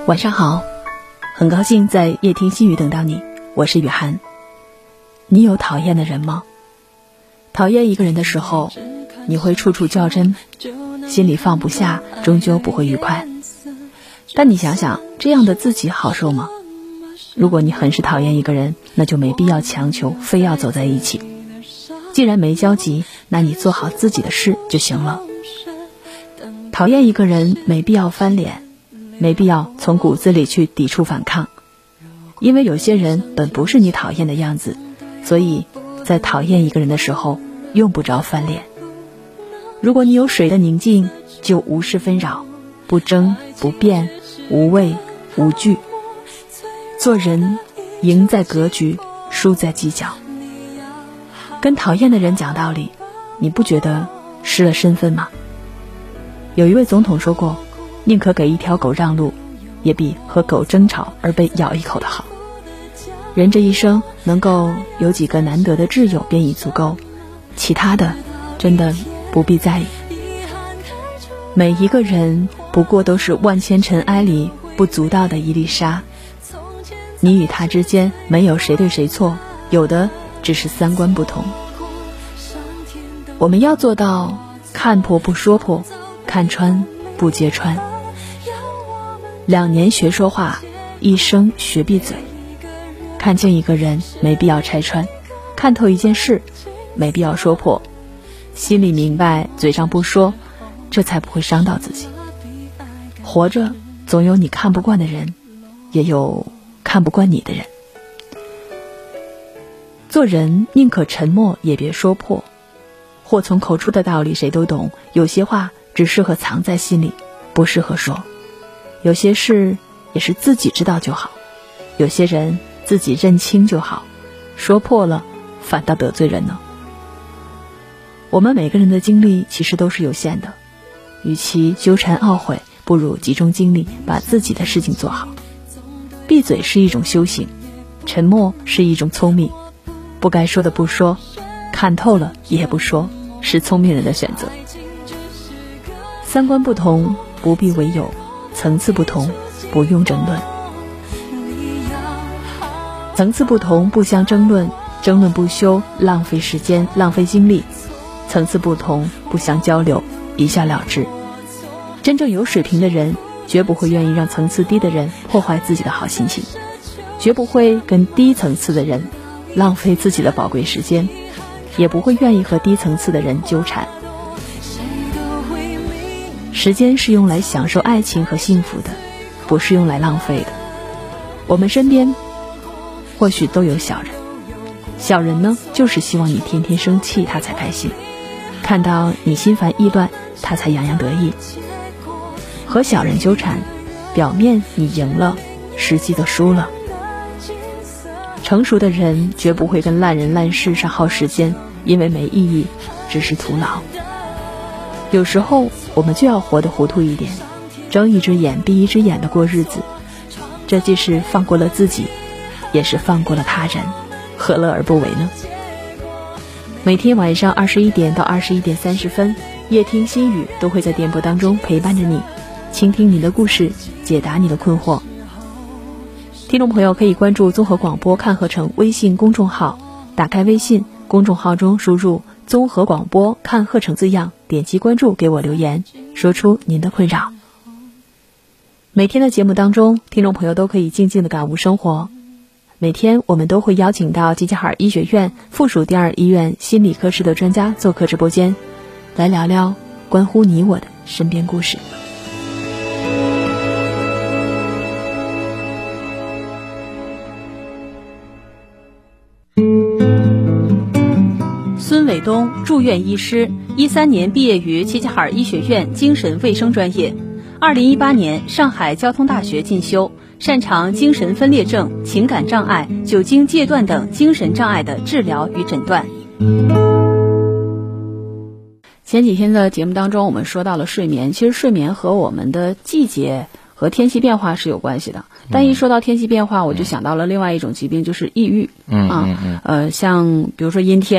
晚上好，很高兴在夜听心语等到你，我是雨涵。你有讨厌的人吗？讨厌一个人的时候，你会处处较真，心里放不下，终究不会愉快。但你想想，这样的自己好受吗？如果你很是讨厌一个人，那就没必要强求非要走在一起。既然没交集，那你做好自己的事就行了。讨厌一个人没必要翻脸，没必要从骨子里去抵触反抗，因为有些人本不是你讨厌的样子，所以在讨厌一个人的时候用不着翻脸。如果你有水的宁静，就无事纷扰，不争不辩，无畏无惧。做人赢在格局，输在计较。跟讨厌的人讲道理，你不觉得失了身份吗？有一位总统说过，宁可给一条狗让路，也比和狗争吵而被咬一口的好。人这一生能够有几个难得的挚友便已足够，其他的真的不必在意。每一个人不过都是万千尘埃里不足道的一粒沙，你与他之间没有谁对谁错，有的只是三观不同。我们要做到看破不说破，看穿不揭穿。2年学说话，一生学闭嘴。看清一个人没必要拆穿，看透一件事没必要说破，心里明白嘴上不说，这才不会伤到自己。活着总有你看不惯的人，也有看不惯你的人。做人宁可沉默也别说破，祸从口出的道理谁都懂，有些话只适合藏在心里，不适合说。有些事也是自己知道就好，有些人自己认清就好，说破了反倒得罪人呢。我们每个人的精力其实都是有限的，与其纠缠懊悔，不如集中精力把自己的事情做好。闭嘴是一种修行，沉默是一种聪明，不该说的不说，看透了也不说，是聪明人的选择。三观不同不必为友，层次不同不用争论。层次不同不相争论，争论不休，浪费时间浪费精力。层次不同不相交流，一笑了之。真正有水平的人绝不会愿意让层次低的人破坏自己的好心情，绝不会跟低层次的人浪费自己的宝贵时间，也不会愿意和低层次的人纠缠。时间是用来享受爱情和幸福的，不是用来浪费的。我们身边或许都有小人，小人呢，就是希望你天天生气他才开心，看到你心烦意乱他才洋洋得意。和小人纠缠，表面你赢了，实际的输了。成熟的人绝不会跟烂人烂事上耗时间，因为没意义，只是徒劳。有时候我们就要活得糊涂一点，睁一只眼闭一只眼的过日子，这既是放过了自己，也是放过了他人，何乐而不为呢？每天晚上21点到21点30分，夜听心语都会在电波当中陪伴着你，倾听你的故事，解答你的困惑。听众朋友可以关注综合广播看合成微信公众号，打开微信公众号中输入综合广播看合成字样，点击关注，给我留言，说出您的困扰。每天的节目当中，听众朋友都可以静静地感悟生活。每天我们都会邀请到齐齐哈尔医学院附属第2医院心理科室的专家做客直播间，来聊聊关乎你我的身边故事。孙伟东，住院医师，13年毕业于齐齐哈尔医学院精神卫生专业，2018年上海交通大学进修，擅长精神分裂症、情感障碍、酒精戒断等精神障碍的治疗与诊断。前几天的节目当中，我们说到了睡眠，其实睡眠和我们的季节和天气变化是有关系的。但一说到天气变化，我就想到了另外一种疾病，就是抑郁。像比如说阴天，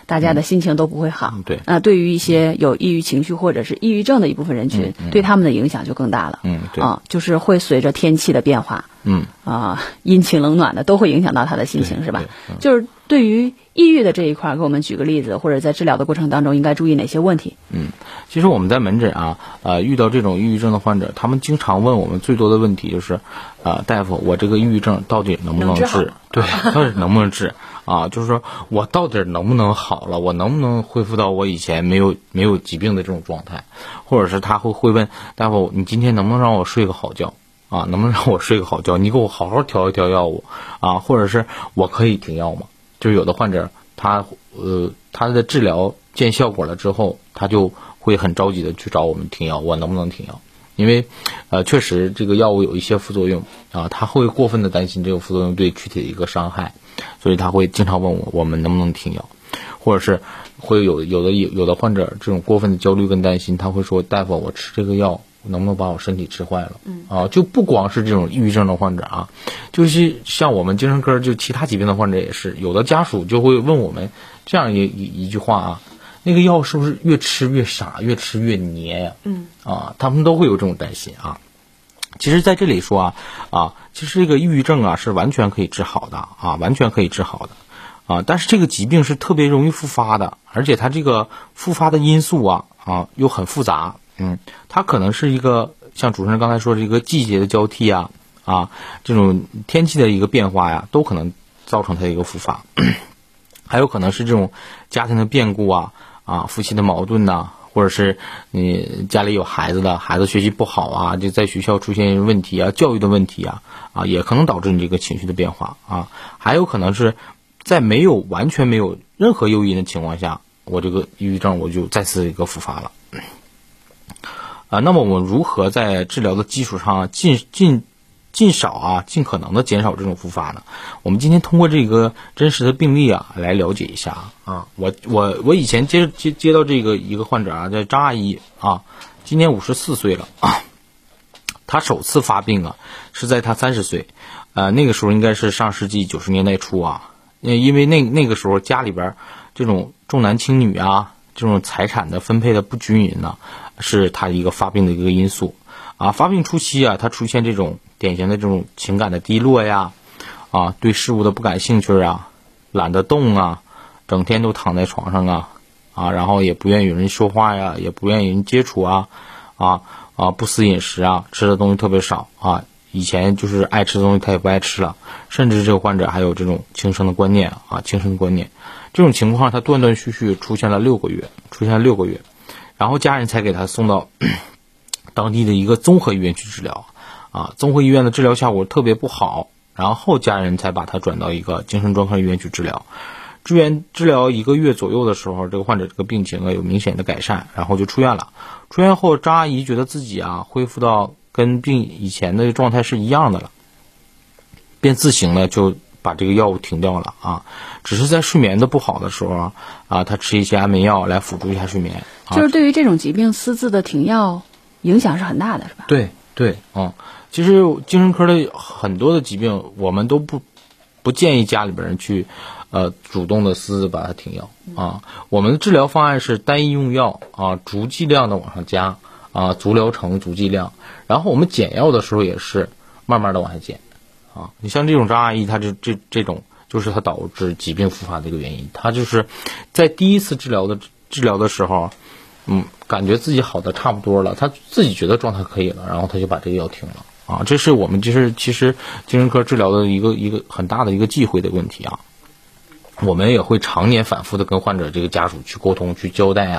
大家的心情都不会好。 对， 对于一些有抑郁情绪或者是抑郁症的一部分人群，对他们的影响就更大了。 对， 就是会随着天气的变化，阴晴冷暖的都会影响到他的心情，是吧？就是对于抑郁的这一块，给我们举个例子，或者在治疗的过程当中应该注意哪些问题？ 其实我们在门诊遇到这种抑郁症的患者，他们经常问我们最多的问题就是，大夫，我这个抑郁症到底能不能治？对，到底能不能治？就是说我到底能不能好了？我能不能恢复到我以前没有疾病的这种状态？或者是他会问大夫，你今天能不能让我睡个好觉？能不能让我睡个好觉？你给我好好调一调药物或者是我可以停药吗？就是有的患者他的治疗见效果了之后，他就会很着急的去找我们停药，我能不能停药？因为确实这个药物有一些副作用他会过分的担心这个副作用对躯体的一个伤害，所以他会经常问我们能不能停药，或者是会有的患者这种过分的焦虑跟担心，他会说大夫，我吃这个药能不能把我身体吃坏了？就不光是这种抑郁症的患者就是像我们精神科就其他疾病的患者也是，有的家属就会问我们这样一句话那个药是不是越吃越傻，越吃越黏呀？他们都会有这种担心其实在这里说其实这个抑郁症是完全可以治好的完全可以治好的但是这个疾病是特别容易复发的，而且它这个复发的因素又很复杂。它可能是一个像主持人刚才说的这个季节的交替这种天气的一个变化都可能造成它的一个复发。还有可能是这种家庭的变故夫妻的矛盾或者是你家里有孩子的，孩子学习不好就在学校出现问题教育的问题也可能导致你这个情绪的变化还有可能是在完全没有任何诱因的情况下，我这个抑郁症我就再次一个复发了。那么我们如何在治疗的基础上尽少尽可能的减少这种复发呢？我们今天通过这个真实的病例来了解一下我以前接到这个一个患者叫张阿姨今年54岁了她首次发病是在她30岁那个时候应该是上世纪90年代初因为那个时候家里边这种重男轻女这种财产的分配的不均匀是她一个发病的一个因素发病初期她出现这种典型的这种情感的低落对事物的不感兴趣懒得动整天都躺在床上然后也不愿意有人说话也不愿意人接触不思饮食吃的东西特别少以前就是爱吃的东西他也不爱吃了，甚至这个患者还有这种轻生的观念这种情况他断断续续出现了6个月，然后家人才给他送到当地的一个综合医院去治疗综合医院的治疗效果特别不好，然后家人才把他转到一个精神专科医院去治疗。治疗1个月左右的时候，这个患者这个病情有明显的改善，然后就出院了。出院后张阿姨觉得自己恢复到跟病以前的状态是一样的了，便自行的就把这个药物停掉了只是在睡眠的不好的时候他吃一些安眠药来辅助一下睡眠就是对于这种疾病私自的停药影响是很大的，是吧？ 对其实精神科的很多的疾病我们都不建议家里边人去主动的私自把它停药我们的治疗方案是单一用药逐剂量的往上加足疗程逐剂量，然后我们减药的时候也是慢慢的往下减你像这种张阿姨她这种就是她导致疾病复发的一个原因，她就是在第一次治疗的时候感觉自己好的差不多了，她自己觉得状态可以了，然后她就把这个药停了这是我们其实精神科治疗的一个很大的一个忌讳的问题我们也会常年反复的跟患者这个家属去沟通去交代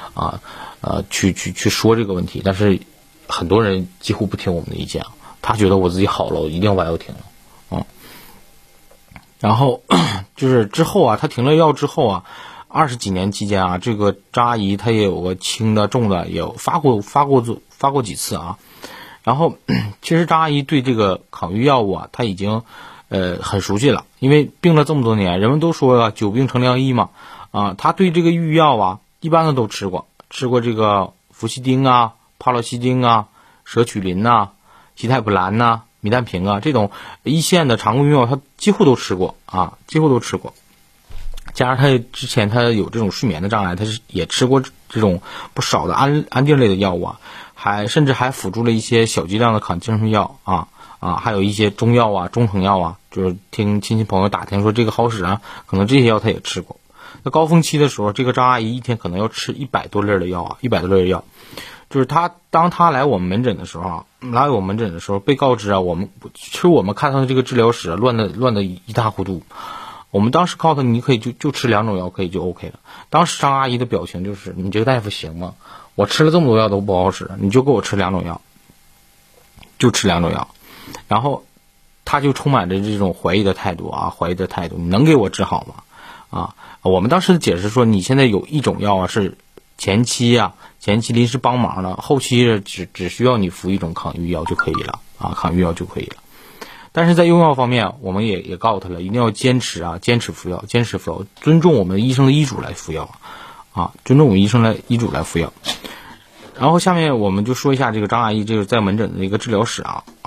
去说这个问题，但是很多人几乎不听我们的意见他觉得我自己好了，我一定要把药停了然后就是之后他停了药之后20几年期间这个张阿姨她也有个轻的重的也有发过几次然后其实张阿姨对这个抗抑郁药物她已经很熟悉了，因为病了这么多年，人们都说久病成良医嘛她对这个抑郁药一般的都吃过这个氟西汀帕洛西汀舍曲林西泰普兰米氮平这种一线的常规用药她几乎都吃过加上他之前他有这种睡眠的障碍，他是也吃过这种不少的安定类的药物啊，甚至还辅助了一些小剂量的抗精神药还有一些中药啊、中成药啊，就是听亲戚朋友打听说这个好使啊，可能这些药他也吃过。那高峰期的时候，这个张阿姨一天可能要吃100多粒的药啊，100多粒的药。就是当他来我们门诊的时候被告知啊，我们看到的这个治疗室乱的一塌糊涂。我们当时告诉他，你可以就吃2种药，可以就 OK 了。当时张阿姨的表情就是，你这个大夫行吗？我吃了这么多药都不好使，你就给我吃2种药，就吃2种药。然后他就充满着这种怀疑的态度，你能给我治好吗？我们当时的解释说，你现在有1种药啊是前期临时帮忙的，后期只需要你服1种抗抑郁药就可以了抗抑郁药就可以了。但是在用药方面，我们也告诉他了，一定要坚持服药，尊重我们医生的医嘱来服药尊重我们医生的医嘱来服药。然后下面我们就说一下这个张阿姨这个在门诊的一个治疗史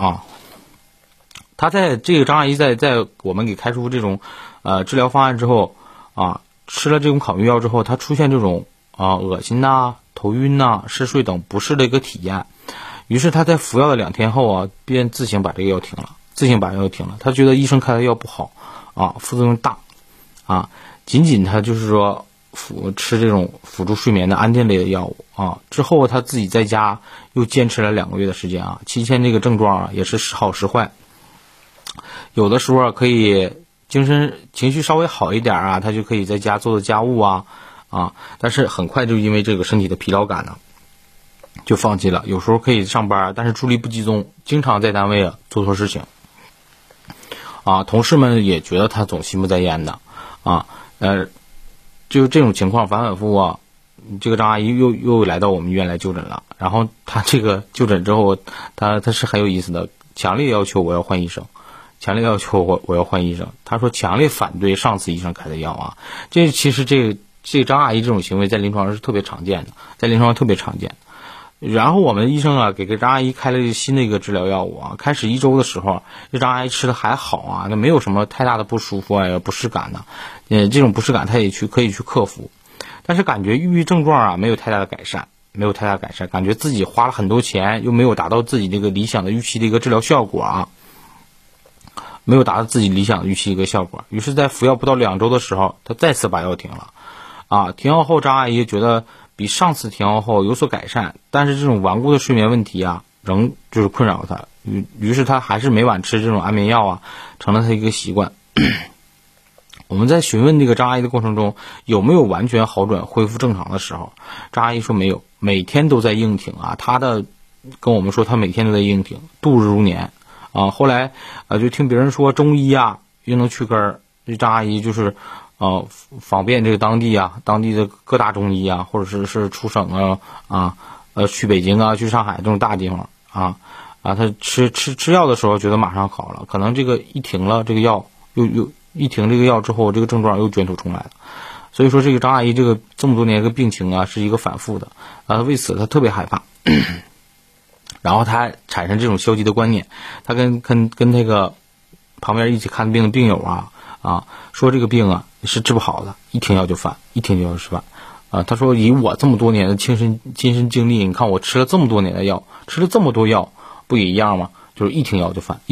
她在这个张阿姨在我们给开出这种治疗方案之后吃了这种抗抑郁药之后，她出现这种恶心头晕嗜睡等不适的一个体验。于是她在服药的2天后便自行把这个药停了。他觉得医生开的药不好副作用大仅仅他就是说吃这种辅助睡眠的安定类的药物之后他自己在家又坚持了2个月的时间期间这个症状也是时好时坏，有的时候可以情绪稍微好一点他就可以在家做家务但是很快就因为这个身体的疲劳感就放弃了。有时候可以上班，但是注意力不集中，经常在单位做错事情同事们也觉得他总心不在焉的就是这种情况反复这个张阿姨又来到我们医院来就诊了。然后他这个就诊之后，他是很有意思的，强烈要求我要换医生，他说强烈反对上次医生开的药这其实这张阿姨这种行为在临床上是特别常见的，然后我们医生给张阿姨开了新的一个治疗药物开始1周的时候，这张阿姨吃的还好那没有什么太大的不舒服不适感这种不适感她也可以去克服，但是感觉抑郁症状没有太大的改善，感觉自己花了很多钱又没有达到自己这个理想的预期的一个治疗效果于是在服药不到2周的时候，他再次把药停了停药后张阿姨觉得比上次停药后有所改善，但是这种顽固的睡眠问题仍就是困扰他，于是他还是每晚吃这种安眠药成了他一个习惯。我们在询问这个张阿姨的过程中，有没有完全好转恢复正常的时候，张阿姨说没有，每天都在硬挺她跟我们说她每天都在硬挺，度日如年后来就听别人说中医又能去根儿，这张阿姨就是访遍这个当地的各大中医或者是出省去北京去上海这种大地方他吃药的时候觉得马上好了，可能这个一停了这个药一停这个药之后，这个症状又卷土重来了。所以说这个张阿姨这么多年的病情是一个反复的为此她特别害怕然后她产生这种消极的观念，她跟那个旁边一起看病的病友说这个病是治不好的，一停药就犯。他说以我这么多年的亲身经历，你看我吃了这么多年的药，吃了这么多药，不也一样吗？就是一停药就犯。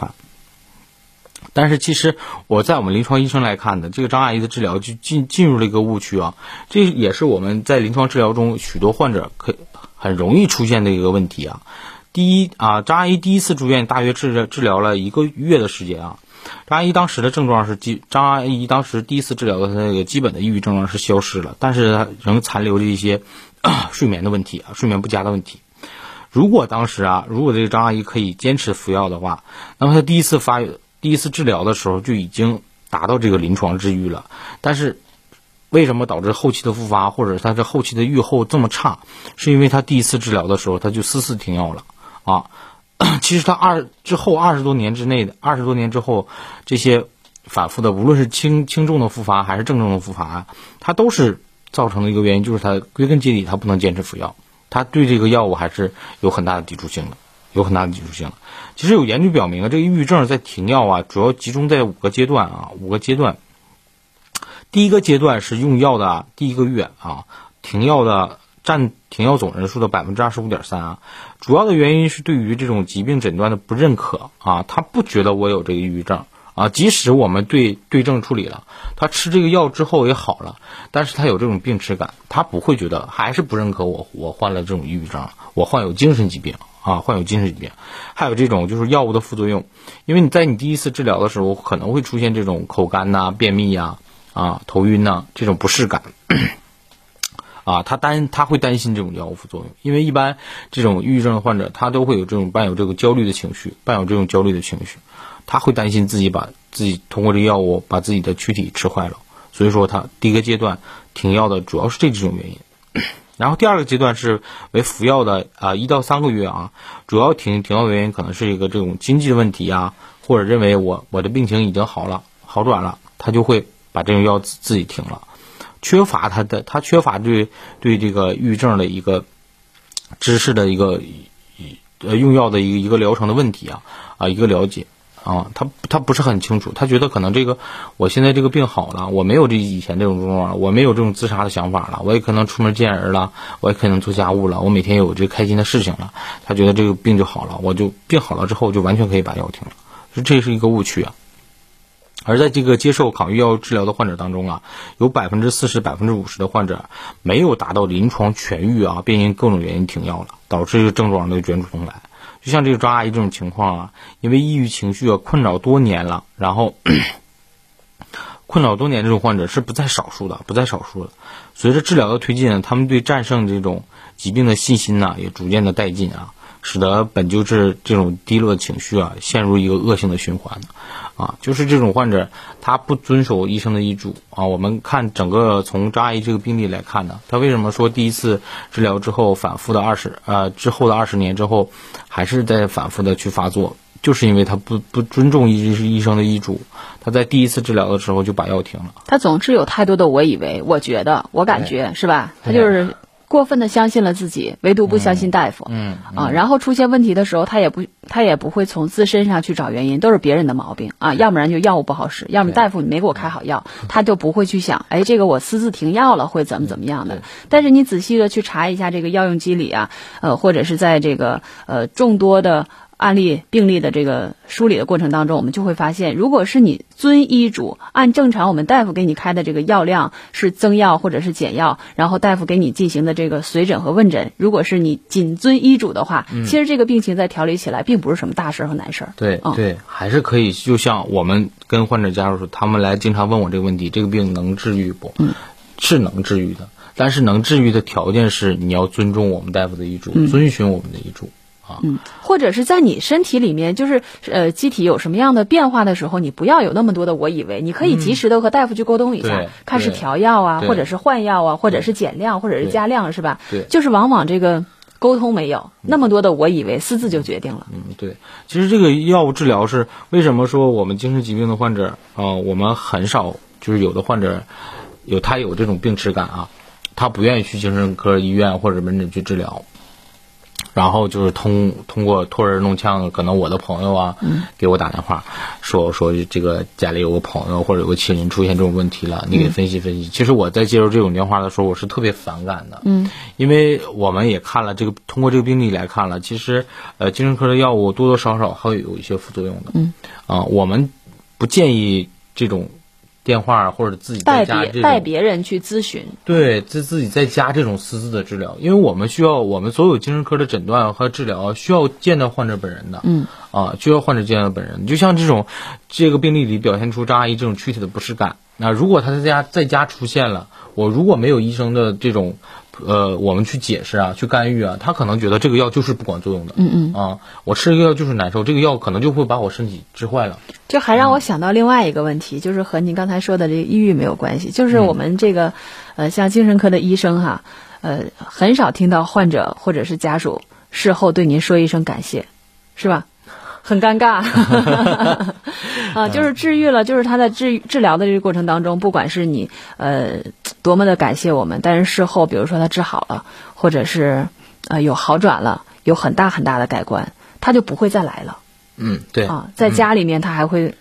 但是其实我在我们临床医生来看的，这个张阿姨的治疗就进入了一个误区这也是我们在临床治疗中许多患者很容易出现的一个问题第一张阿姨第一次住院大约治疗了1个月的时间张阿姨当时的症状是张阿姨当时第一次治疗的那个基本的抑郁症状是消失了，但是她仍残留着一些睡眠的问题睡眠不佳的问题。如果当时如果这个张阿姨可以坚持服药的话，那么她第一次治疗的时候就已经达到这个临床治愈了。但是为什么导致后期的复发或者她这后期的预后这么差，是因为她第一次治疗的时候她就私停药了其实他之后20多年之后，这些反复的无论是轻重的复发还是重的复发它都是造成的一个原因，就是他归根结底他不能坚持服药，他对这个药物还是有很大的抵触性的。其实有研究表明这个抑郁症在停药主要集中在5个阶段第一个阶段是用药的第1个月啊，停药的占停药总人数的 25.3%啊，主要的原因是对于这种疾病诊断的不认可啊，他不觉得我有这个抑郁症啊，即使我们对症处理了，他吃这个药之后也好了，但是他有这种病耻感，他不会觉得，还是不认可我患了这种抑郁症，我患有精神疾病啊，患有精神疾病。还有这种就是药物的副作用，因为你在你第一次治疗的时候可能会出现这种口干呐、便秘呀、头晕呐这种不适感。啊，他会担心这种药物副作用，因为一般这种抑郁症的患者，他都会有这种伴有这种焦虑的情绪，他会担心自己把自己通过这个药物把自己的躯体吃坏了，所以说他第一个阶段停药的主要是这几种原因。然后第2个阶段是为服药的1到3个月啊，主要停药的原因可能是一个这种经济的问题啊，或者认为我的病情已经好转了，他就会把这种药自己停了。他缺乏对这个抑郁症的一个知识的一个用药的一个疗程的问题一个了解啊，他不是很清楚，他觉得可能这个我现在这个病好了，我没有这以前这种症状了，我没有这种自杀的想法了，我也可能出门见人了，我也可能做家务了，我每天有这开心的事情了，他觉得这个病就好了，我就病好了之后就完全可以把药停了，这是一个误区啊。而在这个接受抗抑郁药物治疗的患者当中有 40% 50% 的患者没有达到临床痊愈便因各种原因停药了，导致这个症状的卷土重来。就像这个张阿姨这种情况因为抑郁情绪困扰多年了，然后困扰多年这种患者是不在少数的。随着治疗的推进，他们对战胜这种疾病的信心也逐渐的殆尽使得本就是这种低落的情绪陷入一个恶性的循环就是这种患者他不遵守医生的医嘱我们看整个从张阿姨这个病例来看呢，他为什么说第一次治疗之后反复的之后的20年之后还是在反复的去发作，就是因为他不尊重医生的医嘱，他在第一次治疗的时候就把药停了。他总是有太多的我以为、我觉得、我感觉，是吧？他就是过分的相信了自己，唯独不相信大夫。然后出现问题的时候，他也不会从自身上去找原因，都是别人的毛病要不然就药物不好使，要么大夫你没给我开好药，他就不会去想，这个我私自停药了会怎么样的。但是你仔细的去查一下这个药用机理或者是在这个众多的案例病例的这个梳理的过程当中，我们就会发现，如果是你遵医嘱，按正常我们大夫给你开的这个药量是增药或者是减药，然后大夫给你进行的这个随诊和问诊，如果是你谨遵医嘱的话，其实这个病情在调理起来并不是什么大事和难事。 对，还是可以，就像我们跟患者家属说，他们来经常问我这个问题，这个病能治愈不？是能治愈的，但是能治愈的条件是你要尊重我们大夫的医嘱，遵循我们的医嘱。 或者是在你身体里面就是机体有什么样的变化的时候，你不要有那么多的我以为，你可以及时的和大夫去沟通一下，看是调药或者是换药或者是减量或者是加量，是吧？就是往往这个沟通没有那么多的我以为，私自就决定了。 对，其实这个药物治疗是为什么说我们精神疾病的患者我们很少，就是有的患者他有这种病耻感他不愿意去精神科医院或者门诊去治疗，然后就是通过托人弄呛，可能我的朋友给我打电话说这个家里有个朋友或者有个亲人出现这种问题了，你给分析分析。其实我在接受这种电话的时候，我是特别反感的。因为我们也看了这个，通过这个病例来看了，其实精神科的药物多多少少还会有一些副作用的。我们不建议这种电话或者自己在家带别人去咨询， 对，自己在家这种私自的治疗，因为我们所有精神科的诊断和治疗需要见到患者本人的，需要患者见到本人。就像这个病例里表现出张阿姨这种躯体的不适感，那如果他在家出现了，我如果没有医生的这种我们去解释去干预他可能觉得这个药就是不管作用的，我吃这个药就是难受，这个药可能就会把我身体治坏了。 这还让我想到另外一个问题，就是和您刚才说的这个抑郁没有关系，就是我们这个像精神科的医生很少听到患者或者是家属事后对您说一声感谢，是吧？很尴尬就是治愈了，就是他在治疗的这个过程当中，不管是你多么的感谢我们，但是事后比如说他治好了，或者是有好转了，有很大很大的改观，他就不会再来了。 对在家里面他还会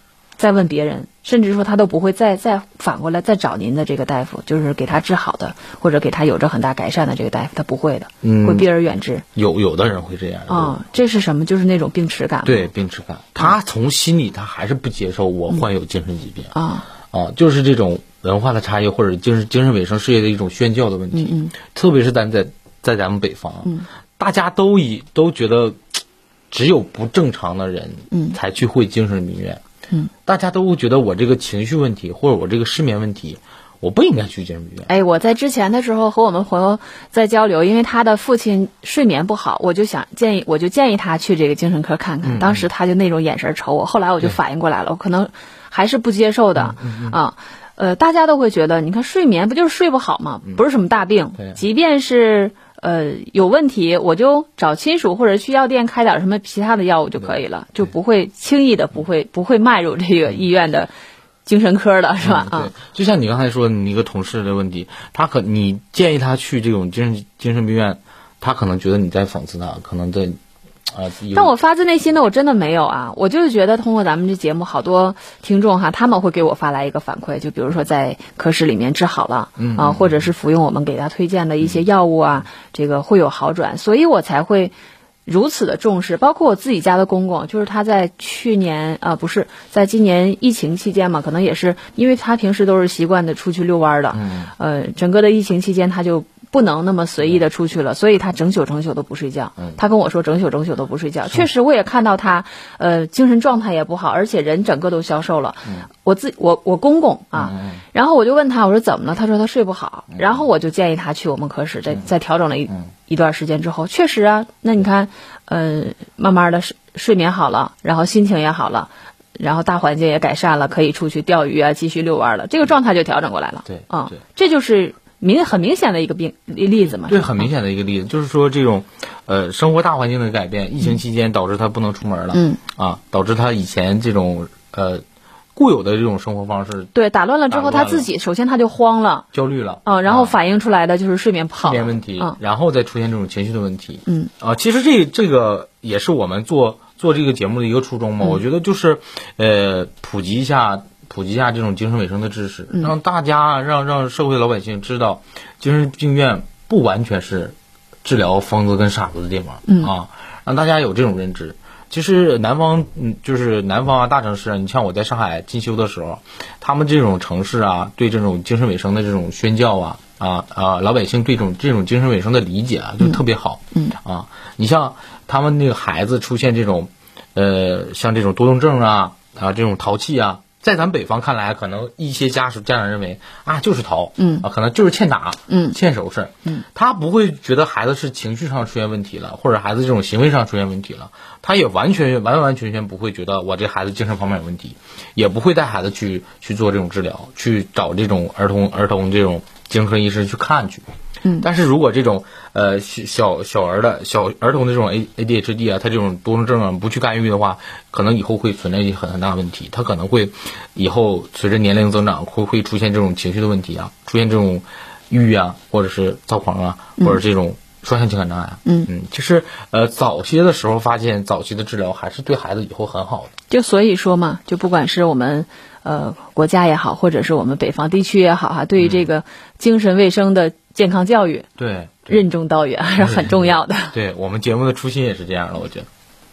再问别人，甚至说他都不会再反过来再找您的这个大夫，就是给他治好的或者给他有着很大改善的这个大夫，他不会的，会避而远之。 有的人会这样这是什么？就是那种病耻感。 对，病耻感，他从心里他还是不接受我患有精神疾病就是这种文化的差异或者精神卫生事业的一种宣教的问题。特别是在咱们北方，大家都觉得只有不正常的人才去会精神病院。大家都会觉得我这个情绪问题或者我这个失眠问题，我不应该去精神病院。 我在之前的时候和我们朋友在交流，因为他的父亲睡眠不好，我就建议他去这个精神科看看。当时他就那种眼神瞅我，后来我就反应过来了，我可能还是不接受的大家都会觉得，你看睡眠不就是睡不好吗？不是什么大病，即便是有问题，我就找亲属或者去药店开点什么其他的药物就可以了，就不会轻易的不会迈入这个医院的精神科的，是吧？ 对，就像你刚才说你一个同事的问题，你建议他去这种精神病院，他可能觉得你在讽刺他，可能在但我发自内心的我真的没有我就是觉得通过咱们这节目，好多听众他们会给我发来一个反馈，就比如说在科室里面治好了或者是服用我们给他推荐的一些药物这个会有好转，所以我才会如此的重视。包括我自己家的公公，就是他在去年不是在今年疫情期间嘛，可能也是因为他平时都是习惯的出去遛弯的整个的疫情期间他就不能那么随意的出去了，所以他整宿都不睡觉。他跟我说整宿都不睡觉。确实我也看到他精神状态也不好，而且人整个都消瘦了。我公公然后我就问他，我说怎么了？他说他睡不好。然后我就建议他去我们科室，在调整了一段时间之后，确实那你看慢慢的睡眠好了，然后心情也好了，然后大环境也改善了，可以出去钓鱼继续遛弯了，这个状态就调整过来了。 对这就是很明显的一个例子嘛。 对，很明显的一个例子，就是说这种生活大环境的改变，疫情期间导致他不能出门了导致他以前这种固有的这种生活方式打乱了之后，他自己首先他就慌了， 焦虑了然后反映出来的就是睡眠不好， 睡眠问题然后再出现这种情绪的问题其实这个也是我们做这个节目的一个初衷嘛。我觉得就是普及一下这种精神卫生的知识，让大家让社会老百姓知道，精神病院不完全是治疗疯子跟傻子的地方让大家有这种认知。其实南方大城市你像我在上海进修的时候，他们这种城市对这种精神卫生的这种宣教老百姓对这种精神卫生的理解就特别好你像他们那个孩子出现这种像这种多动症这种淘气在咱北方看来，可能一些家长认为就是淘可能就是欠打欠收拾他不会觉得孩子是情绪上出现问题了，或者孩子这种行为上出现问题了，他也完全不会觉得我这孩子精神方面有问题，也不会带孩子去做这种治疗，去找这种儿童这种精神科医生去看去但是如果这种小儿童的这种 ADHD 他这种多动症不去干预的话，可能以后会存在一些很大问题，他可能会以后随着年龄增长会出现这种情绪的问题出现这种抑郁或者是躁狂或者这种双向情感障碍其实早些的时候发现早期的治疗还是对孩子以后很好的。 就所以说嘛，就不管是我们国家也好，或者是我们北方地区也好对于这个精神卫生的健康教育对任重道远还是很重要的。 对，我们节目的初心也是这样的，我觉得。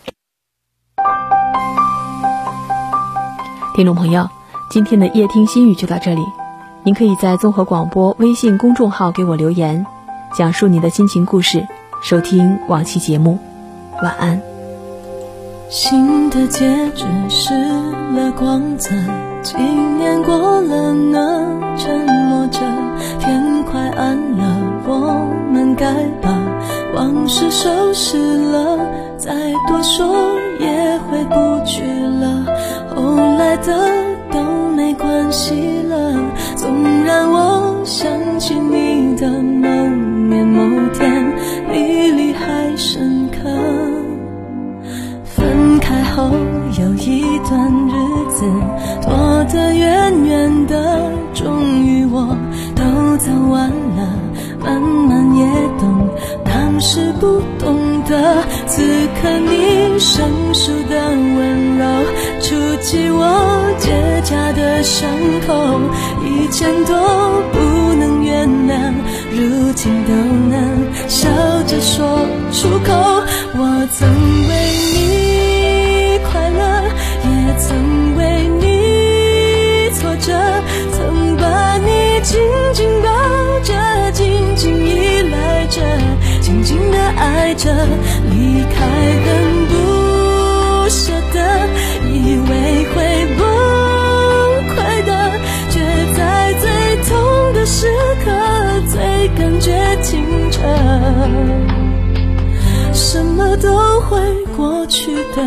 听众朋友，今天的夜听心语就到这里，您可以在综合广播微信公众号给我留言，讲述你的心情故事，收听往期节目。晚安。 新的戒指失了光泽，几年过了呢，沉默着，天快暗了，我们该把往事收拾了，再多说也回不去了，后来的都没关系了，纵然我想起你的某年某天，历历还深刻。分开后有一段日子躲得远远的，终于我都走完了，慢慢也懂当是不懂得，此刻你生疏的温柔触及我结痂的伤口，以前都不能原谅，如今都能笑着说出口。我曾为你快乐，也曾为你挫折，曾把你紧紧抱着，紧紧依赖着，紧紧地爱着，离开很不舍得，以为会崩溃的，却在最痛的时刻最感觉清澈，什么都会过去的。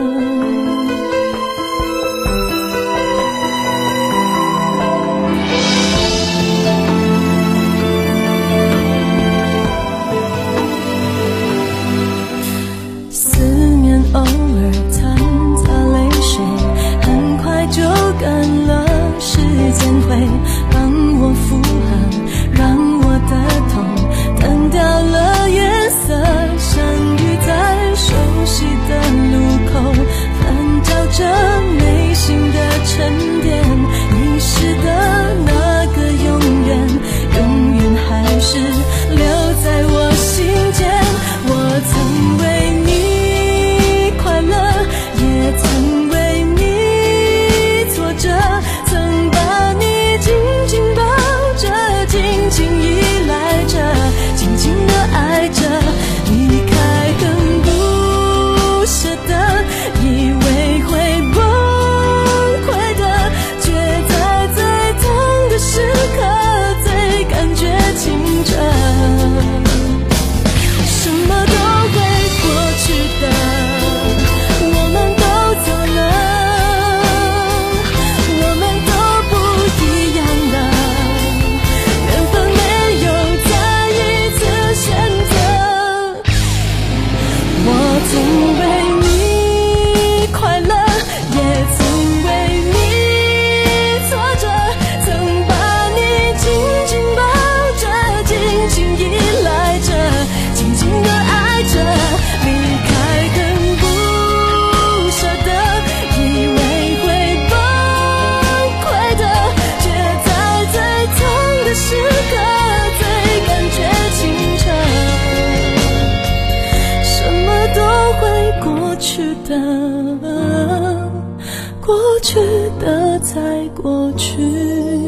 偶尔掺杂泪水，很快就干了，时间会帮我复合，让我的痛淡掉了颜色，相遇在熟悉的路口，翻找着内心的沉淀，遗失的那个永远，永远还是留在我心间。我曾为你快乐，也曾为你挫折，曾把你紧紧抱着，紧紧依赖着，紧紧地爱着，离开很不舍得，以为会崩溃的，却在最痛的时刻最感觉清澈，什么都会过去的。曾为你快乐，也曾为你挫折，曾把你紧紧抱着，紧紧依赖着，紧紧地爱着，离开很不舍得，以为会崩溃的，却在最痛的时刻最感觉清澈，都会过去的，过去的才过去。